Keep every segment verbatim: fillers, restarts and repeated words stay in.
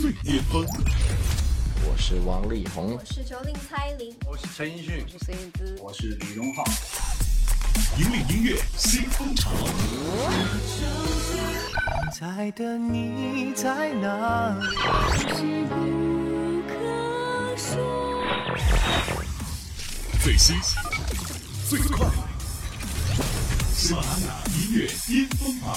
最巅峰。 我是王力宏， 我是九零蔡琳， 我是陈奕迅， 我是燕姿， 我是李荣浩。 引领音乐新风潮。 在的你在哪里？ 最新最快，喜马拉雅音乐巅峰榜。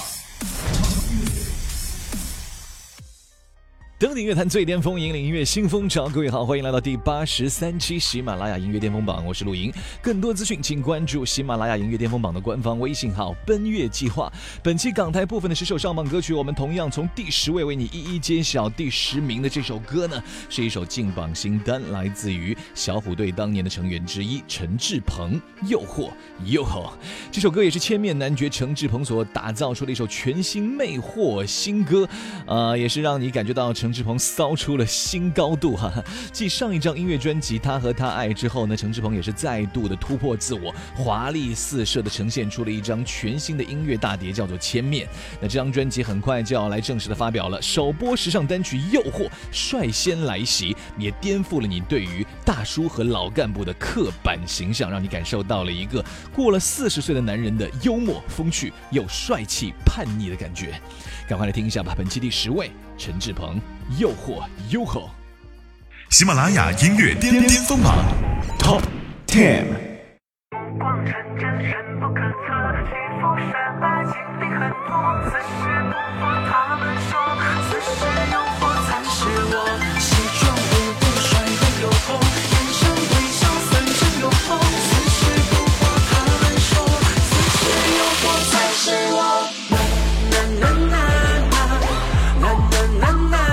登顶乐坛最巅峰，引领音乐新风潮。各位好，欢迎来到第八十三期喜马拉雅音乐巅峰榜，我是陆莹。更多资讯请关注喜马拉雅音乐巅峰榜的官方微信号奔月计划。本期港台部分的十首上榜歌曲，我们同样从第十位为你一一揭晓。第十名的这首歌呢，是一首劲榜新单，来自于小虎队当年的成员之一陈志朋，诱惑诱惑。这首歌也是千面男爵陈志朋所打造出的一首全新魅惑新歌，呃，也是让你感觉到陈陈志朋骚出了新高度哈！继上一张音乐专辑《他和他爱》之后呢，陈志朋也是再度的突破自我，华丽四射的呈现出了一张全新的音乐大碟，叫做《千面》。那这张专辑很快就要来正式的发表了，首播时尚单曲《诱惑》率先来袭，也颠覆了你对于大叔和老干部的刻板形象，让你感受到了一个过了四十岁的男人的幽默、风趣又帅气、叛逆的感觉。赶快来听一下吧！本期第十位，陈志朋。诱惑诱惑， 喜马拉雅音乐巅巅峰榜 Top Ten。 目光成真，深不可测，幸福山脉经历很多，此时不惑他们说，此时诱惑才是我。西装舞步帅得有风，眼神微笑反正有风，此时不惑他们说，此时诱惑才是我。啦啦啦啦啦啦啦啦。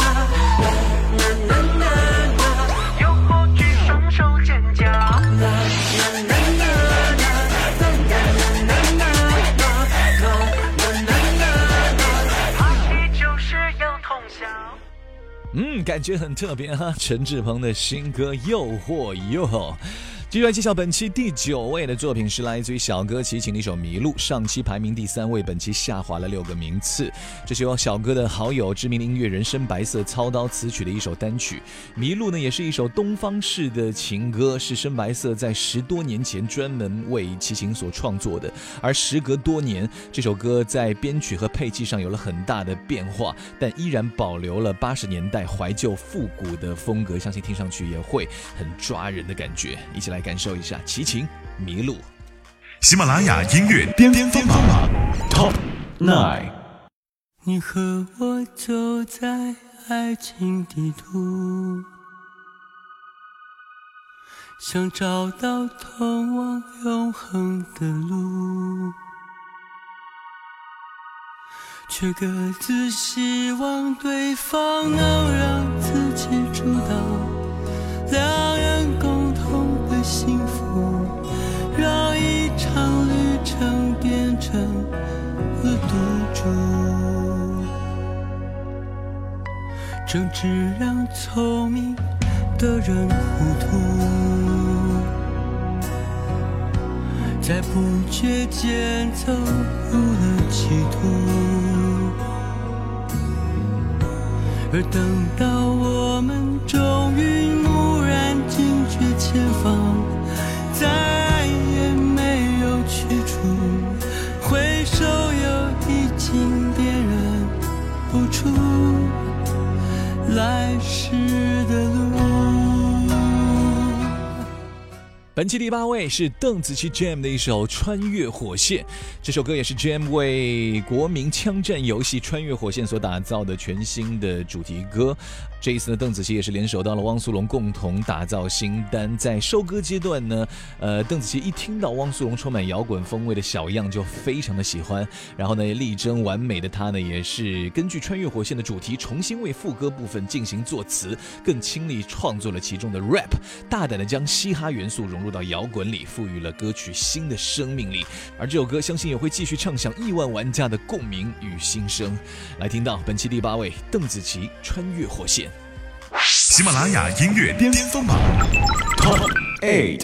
嗯，感觉很特别哈，陈志朋的新歌《诱惑诱惑》。继续来揭晓本期第九位的作品是来自于小哥齐秦的一首《迷路》，上期排名第三位，本期下滑了六个名次。这是由小哥的好友知名的音乐人深白色操刀词曲的一首单曲。《迷路》呢，也是一首东方式的情歌，是深白色在十多年前专门为齐秦所创作的。而时隔多年，这首歌在编曲和配器上有了很大的变化，但依然保留了八十年代怀旧复古的风格，相信听上去也会很抓人的感觉。一起来感受一下齐秦迷路。 喜马拉雅音乐巅巅峰榜 Top Nine。 你和我走在爱情地图，想找到通往永恒的路，却各自希望对方能让自己主导，两人共同的幸福，让一场旅程变成了赌注，争执让聪明的人糊涂，在不觉间走入了歧途，而等到我们终于蓦然惊觉前方再也没有去处，回首又已经点燃不出来时的路。 本期第八位是邓紫棋 Jam 的一首《穿越火线》，这首歌也是 Jam 为国民枪战游戏《穿越火线》所打造的全新的主题歌。这一次呢，邓紫棋也是联手到了汪苏泷，共同打造新单。在收歌阶段呢，呃，邓紫棋一听到汪苏泷充满摇滚风味的小样，就非常的喜欢。然后呢，力争完美的她呢，也是根据《穿越火线》的主题，重新为副歌部分进行作词，更倾力创作了其中的 rap， 大胆的将嘻哈元素融入到摇滚里，赋予了歌曲新的生命力。而这首歌相信也会继续唱响亿万玩家的共鸣与心声。来听到本期第八位，邓紫棋《穿越火线》。 喜马拉雅音乐巅峰榜 Top Eight。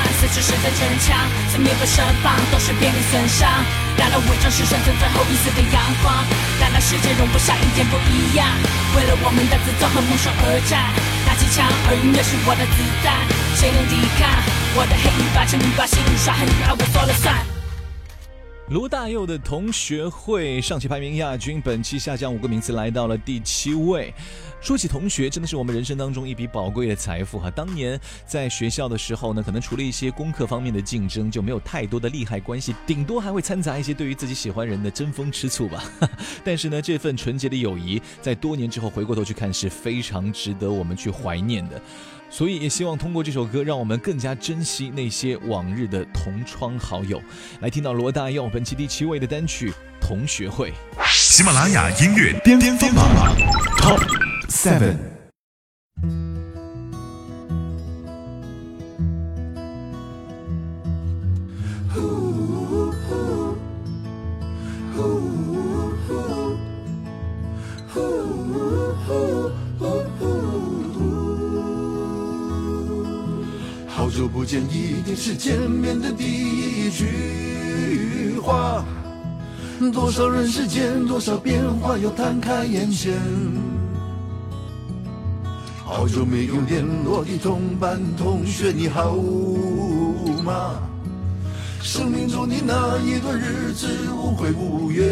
四肢实在坚强，四面和身旁都是遍体损伤，让人伪装是生存最后一丝的阳光，让那世界容不下一点不一样，为了我们的自尊和梦想而战，拿起枪，而音乐是我的子弹，谁能抵抗我的黑与白，情与白，心与杀，恨与爱，我说了算。 罗大佑的同学会上期排名亚军，本期下降五个名次，来到了第七位。说起同学，真的是我们人生当中一笔宝贵的财富哈。当年在学校的时候呢，可能除了一些功课方面的竞争，就没有太多的利害关系，顶多还会掺杂一些对于自己喜欢人的争风吃醋吧。但是呢，这份纯洁的友谊，在多年之后回过头去看，是非常值得我们去怀念的。所以也希望通过这首歌，让我们更加珍惜那些往日的同窗好友。来听到罗大佑本期第七位的单曲《同学会》。 喜马拉雅音乐巅峰榜 Top Seven。 好久不见，一定是见面的第一句话。多少人世间，多少变化，又摊开眼前。好久没有联络的同班同学，你好吗？生命中的那一段日子，无悔无怨。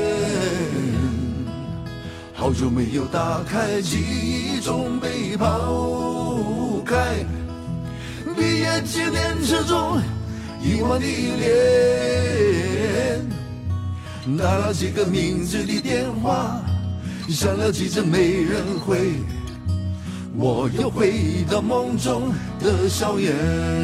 好久没有打开记忆中被抛开。毕业纪念册中遗忘的脸，打了几个名字的电话，响了几阵没人回，我又回到梦中的校园。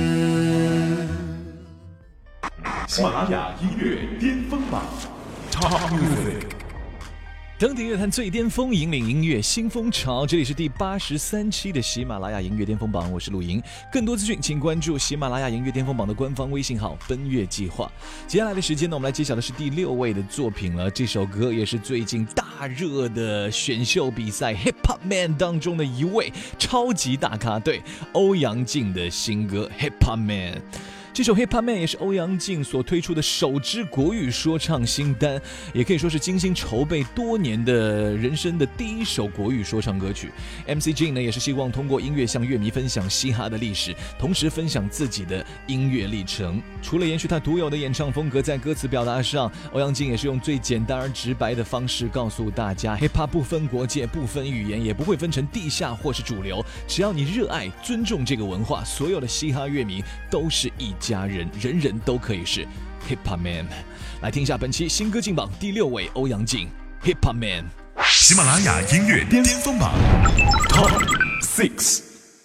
喜马拉雅音乐巅峰榜 Top Music。 登顶乐坛最巅峰，引领音乐新风潮。这里是第八十三期的喜马拉雅音乐巅峰榜，我是陆莹。更多资讯请关注喜马拉雅音乐巅峰榜的官方微信号奔月计划。接下来的时间呢，我们来揭晓的是第六位的作品了。这首歌也是最近大热的选秀比赛 Hip Hop Man 当中的一位超级大咖，对，欧阳靖的新歌 Hip Hop Man。这首 Hip Hop Man 也是欧阳靖所推出的首支国语说唱新单，也可以说是精心筹备多年的人生的第一首国语说唱歌曲。M C Jin 呢，也是希望通过音乐向乐迷分享嘻哈的历史，同时分享自己的音乐历程。除了延续他独有的演唱风格，在歌词表达上，欧阳靖也是用最简单而直白的方式告诉大家 Hip Hop 不分国界，不分语言，也不会分成地下或是主流，只要你热爱尊重这个文化，所有的嘻哈乐迷都是一家人，人人都可以是 Hip Hop Man。 来听一下本期新歌进榜第六位欧阳靖 Hip Hop Man。 喜马拉雅音乐巅峰榜 Top Six。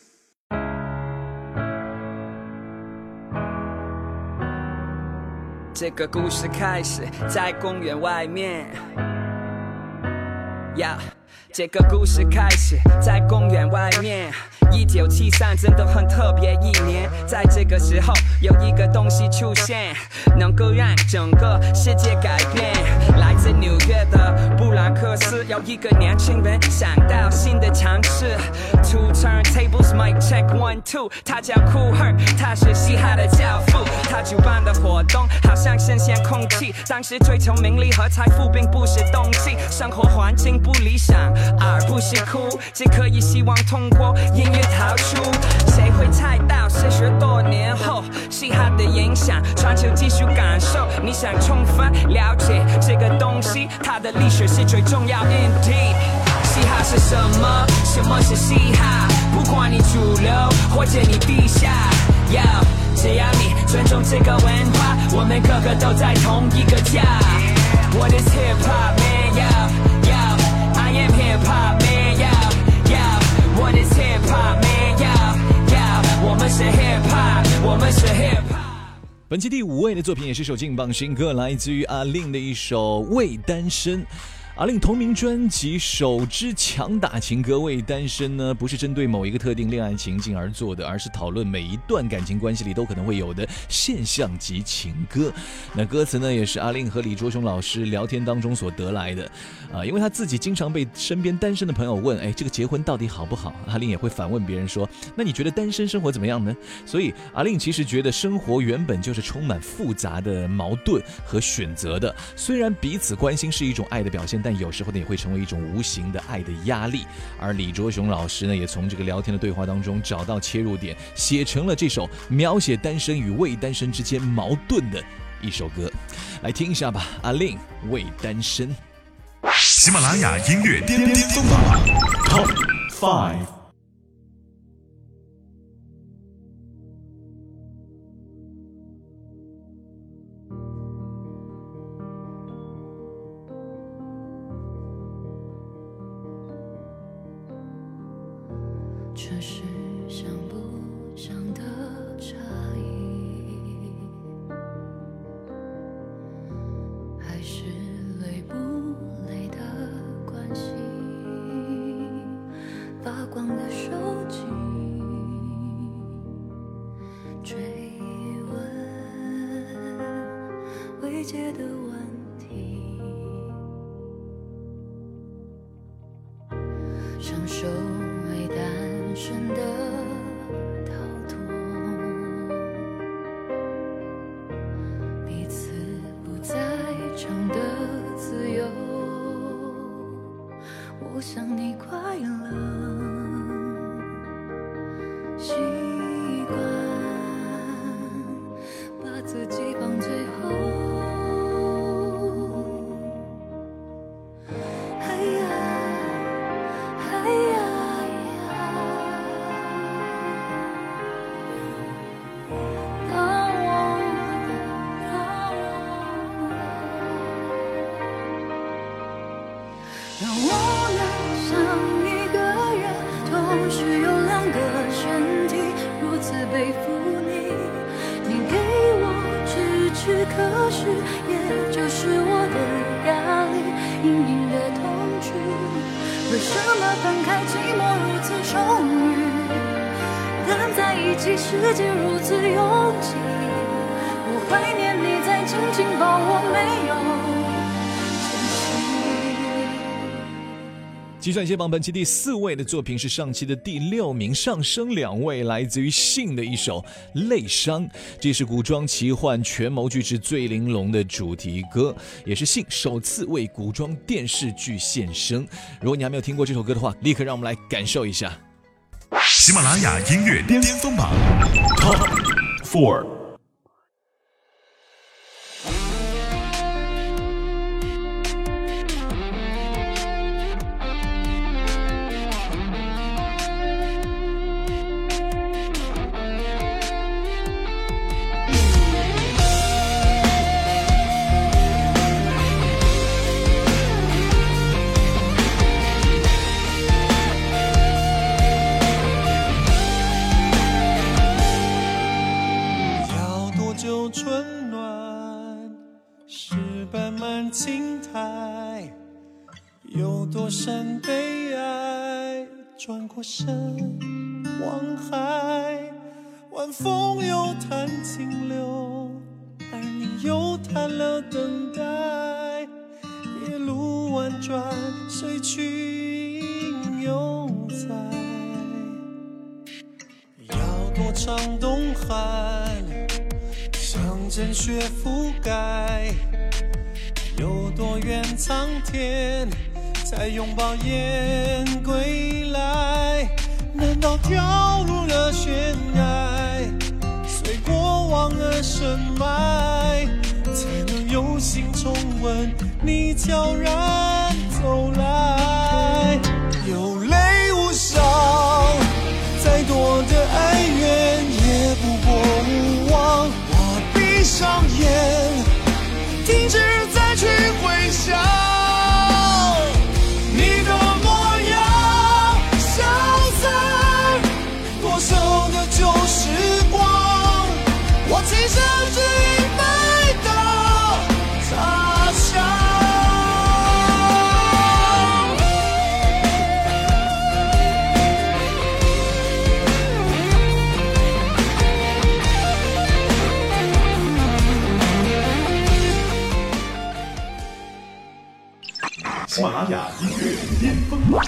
这个故事开始在公园外面，呀、yeah, 这个故事开始在公园外面。一九七三真的很特别一年，在这个时候有一个东西出现，能够让整个世界改变。来自纽约的布兰克斯，有一个年轻人想到新的尝试。Two turntables, mic check one two， 他叫酷赫，他是嘻哈的教父。他主办的活动好像新鲜空气，当时追求名利和财富并不是动机，生活环境不理想而不是哭，只可以希望通过音乐逃出。谁会猜到四十多年后嘻哈的影响，全球技术感受。你想充分了解这个东西，它的历史是最重要 Indeed。 嘻哈是什么？什么是嘻哈？不管你主流或者你地下 Yo， 只要你尊重这个文化，我们个个都在同一个家。 What is hip hop man? Yo, yo, I am hip hop man. Yo, yo, what is hip hop man? Yo, yo， 我们是 hip hop， 我们是 hip hop。 本期第五位的作品也是首进榜新歌，来自于阿令的一首《未单身》。 阿令同名专辑首支强打情歌《为单身》呢，不是针对某一个特定恋爱情境而做的，而是讨论每一段感情关系里都可能会有的现象级情歌。那歌词呢，也是阿令和李卓雄老师聊天当中所得来的啊，因为他自己经常被身边单身的朋友问，哎，这个结婚到底好不好？阿令也会反问别人说，那你觉得单身生活怎么样呢？所以阿令其实觉得生活原本就是充满复杂的矛盾和选择的，虽然彼此关心是一种爱的表现，但有时候呢也会成为一种无形的爱的压力。而李卓雄老师呢，也从这个聊天的对话当中找到切入点，写成了这首描写单身与未单身之间矛盾的一首歌。来听一下吧，阿令《未单身》。 喜马拉雅音乐巅巅峰榜 Top Five。 这是想不想的差异，还是累不累的关系？发光的手机，追问未解的问题，享受未单身的逃脱，彼此不在场的自由。我想你快乐，习惯把自己放最后。哎呀，哎呀。让我能像一个人，同时有两个身体，如此背负你。你给我支持，可是也就是我的压力，隐隐的痛惧。为什么分开寂寞如此充裕，但在一起世界如此拥挤？我怀念你在紧紧抱我，没有计算鞋榜本期第四位的作品是上期的第六名，上升两位，来自于信的一首《泪伤》，这是古装奇幻权谋剧之醉玲珑的主题歌，也是信首次为古装电视剧献声。如果你还没有听过这首歌的话，立刻让我们来感受一下。 喜马拉雅音乐巅峰榜 Top Four。 春暖是斑满青苔，有多深悲哀，转过身望海，晚风又弹清流，而你又弹了等待，夜路婉转，谁去应犹在，要多长冬寒，像阵雪覆盖，有多远苍天，才拥抱雁归来？难道跳入了悬崖，随过往而深埋，才能有幸重温你悄然走来？有泪无伤，再多的哀怨也不过无望。闭上眼，停止再去回想你的模样，消散多少的旧时光，我其实是一枚的他乡。 喜马拉雅音乐巅峰榜。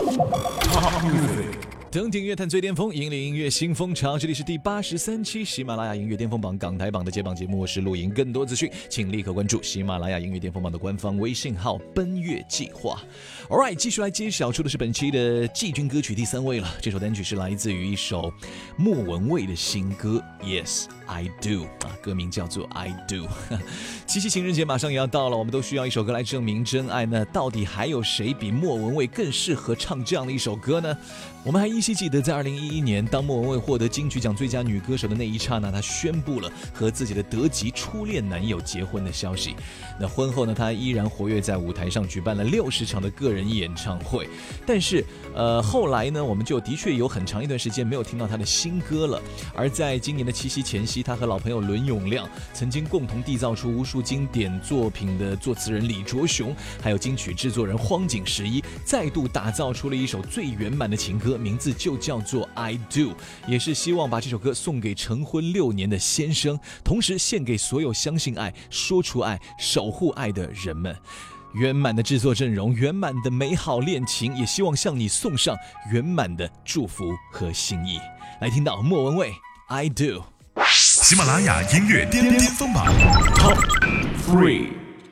登顶乐坛最巅峰，引领音乐新风潮。这里是第八十三期喜马拉雅音乐巅峰榜港台榜的接榜节目，我是陆莹。更多资讯，请立刻关注喜马拉雅音乐巅峰榜的官方微信号“奔月计划”。All right， 继续来揭晓出的是本期的季军歌曲第三位了。这首单曲是来自于一首莫文蔚的新歌 ，Yes I Do 啊，歌名叫做 I Do。七夕情人节马上也要到了，我们都需要一首歌来证明真爱呢。到底还有谁比莫文蔚更适合唱这样的一首歌呢？我们还依稀记得，在二零一一年，当莫文蔚获得金曲奖最佳女歌手的那一刹那，她宣布了和自己的德籍初恋男友结婚的消息。那婚后呢，她依然活跃在舞台上，举办了六十场的个人演唱会。但是，呃，后来呢，我们就的确有很长一段时间没有听到她的新歌了。而在今年的七夕前夕，她和老朋友伦永亮曾经共同缔造出无数经典作品的作词人李卓雄，还有金曲制作人荒井十一，再度打造出了一首最圆满的情歌。名字就叫做 I Do， 也是希望把这首歌送给成婚六年的先生，同时献给所有相信爱、说出爱、守护爱的人们。圆满的制作阵容，圆满的美好恋情，也希望向你送上圆满的祝福和心意。来听到莫文蔚 I Do。 喜马拉雅音乐巅巅峰榜 Top three。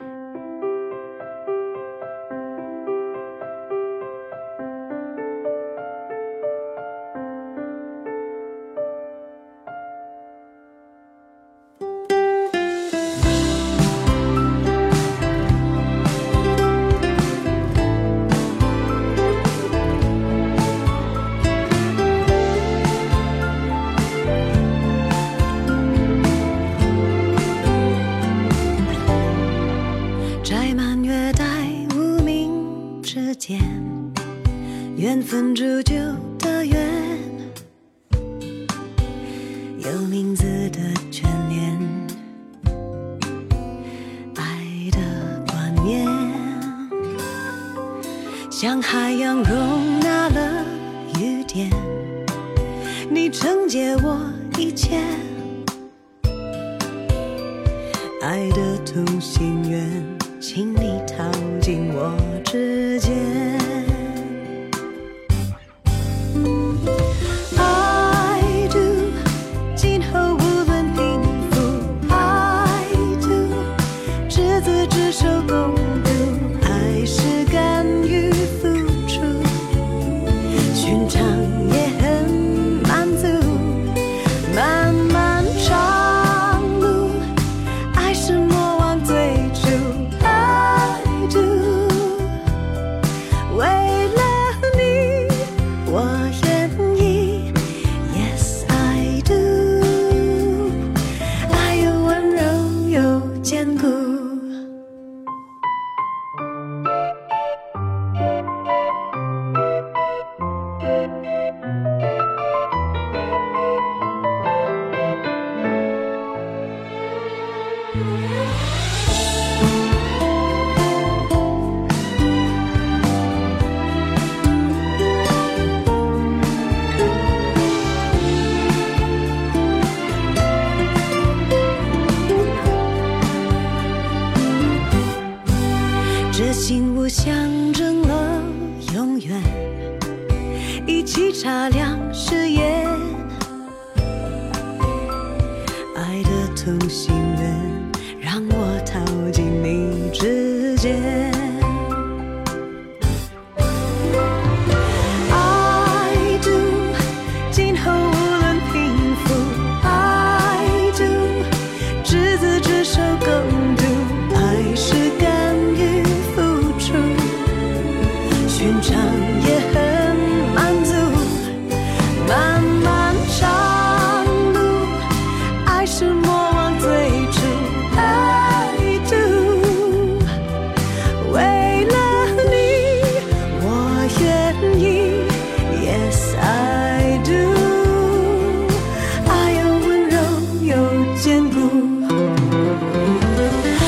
缘分铸就的缘，有名字的眷恋，爱的观念，像海洋容纳了雨点，你承接我一切，爱的同心圆，请你套进我指尖。这信物象征了永远，一起擦亮誓言，爱的同心圆，让我套进你指尖。I do， 今后无论贫富 I do， 执子之手共度，爱是甘于付出，寻常也很满足，漫漫长路，爱是莫忘最初 I do， 为了你我愿意 Yes I do， 爱又温柔又坚固，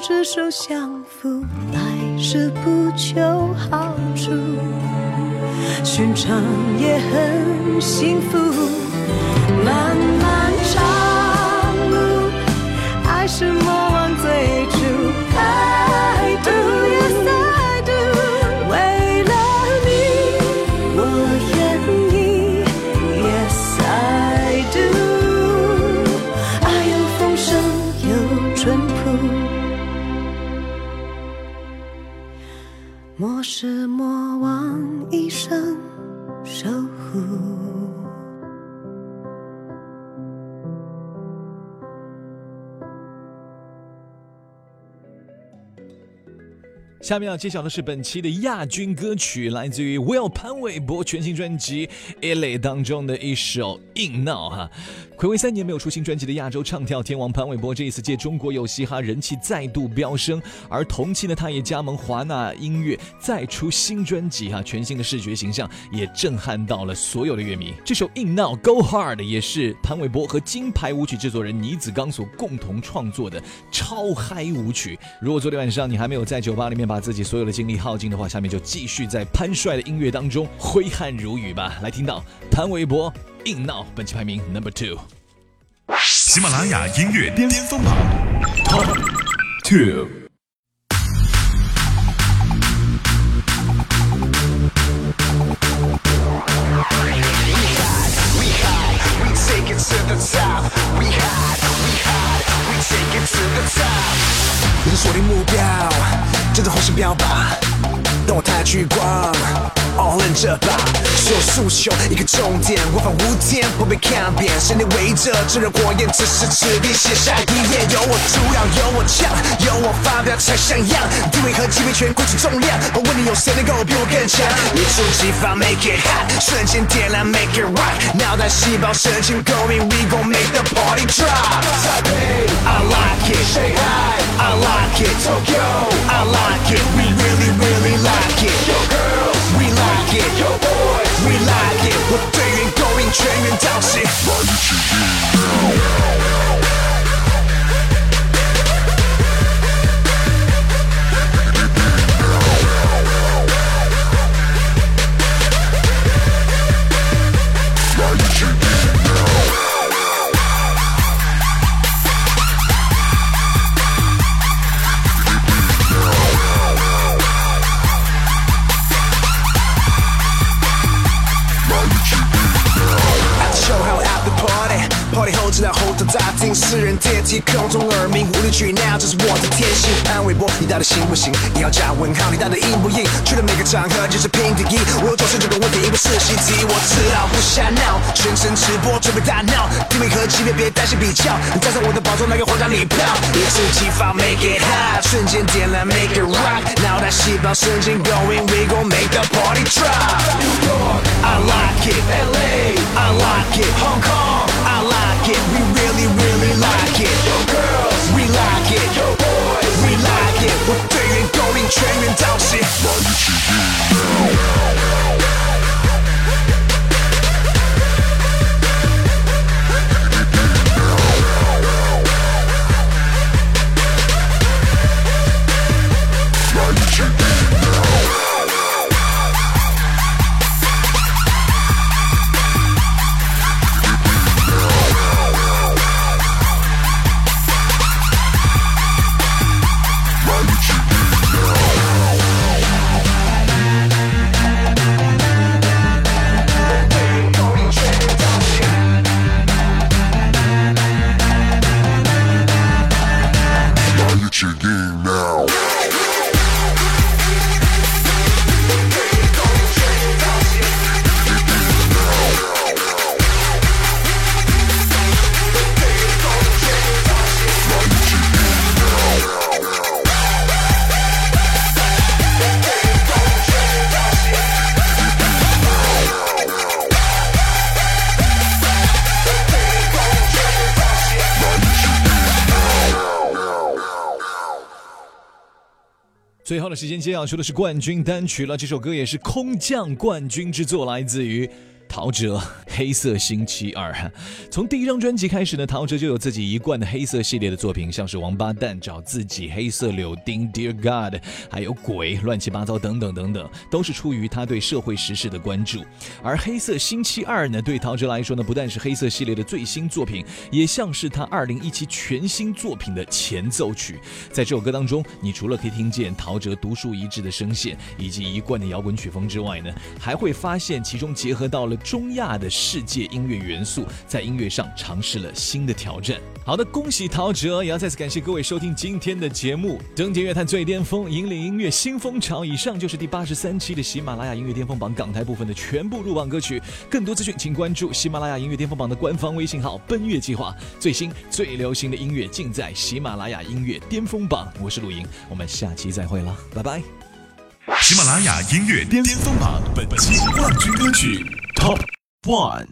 执手相扶，来时不求好处，寻常也很幸福。漫漫长路，爱是莫忘最初。I do, yes I do， 为了你，我愿意。Yes I do， 爱有丰盛有淳朴，莫失莫忘一生守护。 下面要揭晓的是本期的亚军歌曲，来自于 Will 潘玮柏全新专辑《L A》当中的一首《硬闹》哈。睽违三年没有出新专辑的亚洲唱跳天王潘玮柏，这一次借中国有嘻哈人气再度飙升，而同期呢，他也加盟华纳音乐再出新专辑哈，全新的视觉形象也震撼到了所有的乐迷。这首《硬闹 Go Hard》也是潘玮柏和金牌舞曲制作人倪子刚所共同创作的超嗨舞曲。如果昨天晚上你还没有在酒吧里面把自己所有的精力耗尽的话，下面就继续在潘帅的音乐当中挥汗如雨吧。来听到潘玮柏硬闹，本期排名 number two。 喜马拉雅音乐巅峰榜 Top Two。 你的锁定目标，这种红心标靶，让我太聚光 ，all in 这把，所有诉求一个重点，我反无天不被看扁，神灵围着炙热火焰，只是纸笔写下一页，有我主导，有我唱，有我发表才像样，地位和级别全归属重量，我问你有谁能够比我更强？一触即发 make it hot， 瞬间点燃 make it rock， 脑袋细胞神经 going we gon' make the party drop。I like it, Shanghai, I like it, Tokyo, I like it, we really really like it. Yo girls, we like it, yo boys, we like it. 我队员 going 全员到齐。大厅私人电梯空中耳鸣，无理取闹，这是我的天性。潘玮柏，你到底行不行？你要加问号，你到底硬不硬？去了每个场合就是拼第一，我有九十九个问题，一不是习题。我知道不瞎闹，全程直播准备大闹，地位和级别别担心比较，你站上我的宝座，那个皇家礼票，一触即发 make it hot， 瞬间点燃 make it rock， 脑袋细胞神经 going we gon' make the party drop。New York, I like it, L A, I like it, Hong Kong, I like it, we really really like it. Yo girls, we like it. Yo boys, we like it. 我队员 going 全员到齐。 最后的时间揭晓出的是冠军单曲了，这首歌也是空降冠军之作，来自于陶喆。 黑色星期二。从第一张专辑开始呢，陶喆就有自己一贯的黑色系列的作品，像是王八蛋、找自己、黑色柳丁、Dear God， 还有鬼、乱七八糟等等等等，都是出于他对社会时事的关注。而黑色星期二呢，对陶喆来说呢，不但是黑色系列的最新作品，也像是他二零一七全新作品的前奏曲。在这首歌当中，你除了可以听见陶喆独树一帜的声线以及一贯的摇滚曲风之外呢，还会发现其中结合到了中亚的世界音乐元素，在音乐上尝试了新的挑战。好的，恭喜陶喆，也要再次感谢各位收听今天的节目，登顶乐坛最巅峰，引领音乐新风潮。以上就是第八十三期的喜马拉雅音乐巅峰榜港台部分的全部入榜歌曲。更多资讯请关注喜马拉雅音乐巅峰榜的官方微信号奔月计划，最新最流行的音乐尽在喜马拉雅音乐巅峰榜。我是陆莹，我们下期再会了，拜拜。 喜马拉雅音乐巅峰榜本期冠军歌曲 Top One。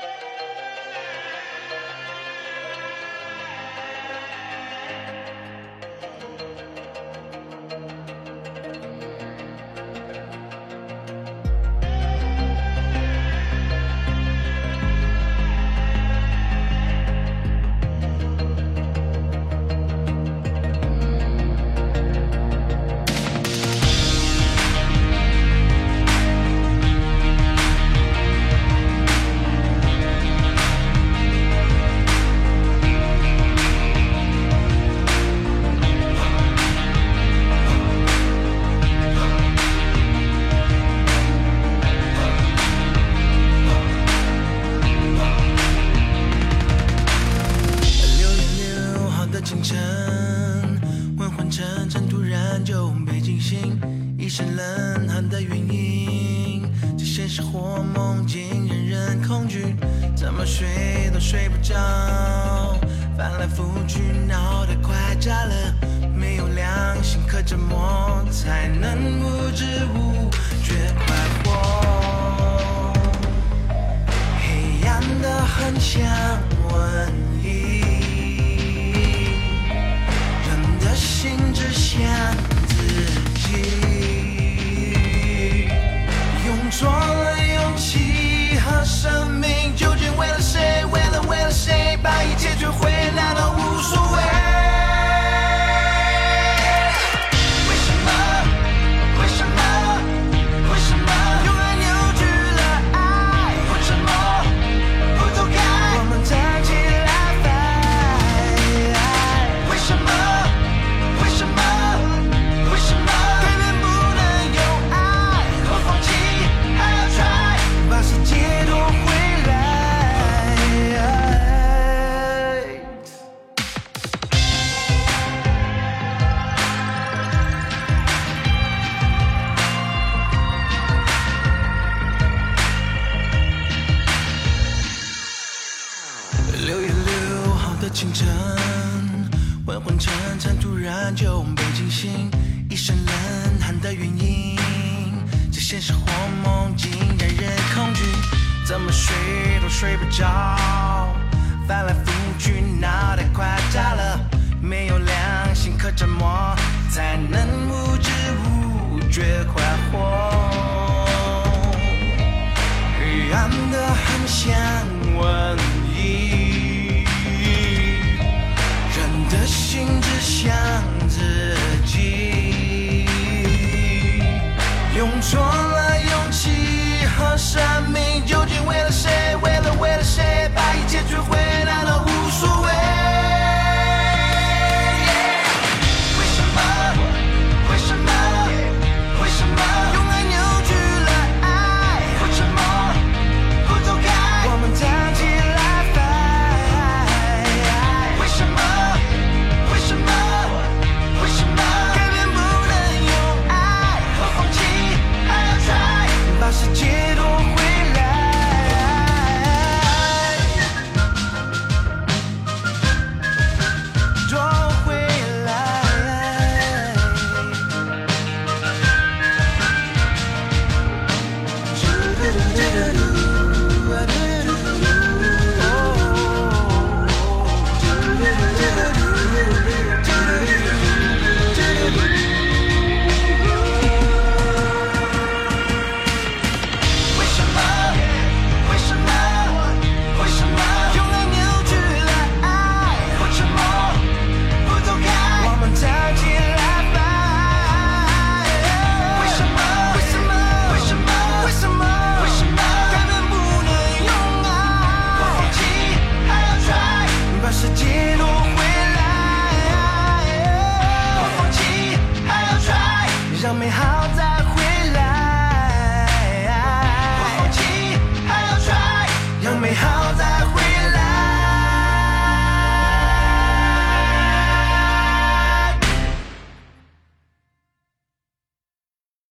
清晨，昏昏沉沉，突然就被惊醒，一身冷汗的原因，这现实或梦境让人恐惧，怎么睡都睡不着，翻来覆去，脑袋快炸了，没有良心可折磨，才能无知无觉快活，黑暗的很像瘟疫。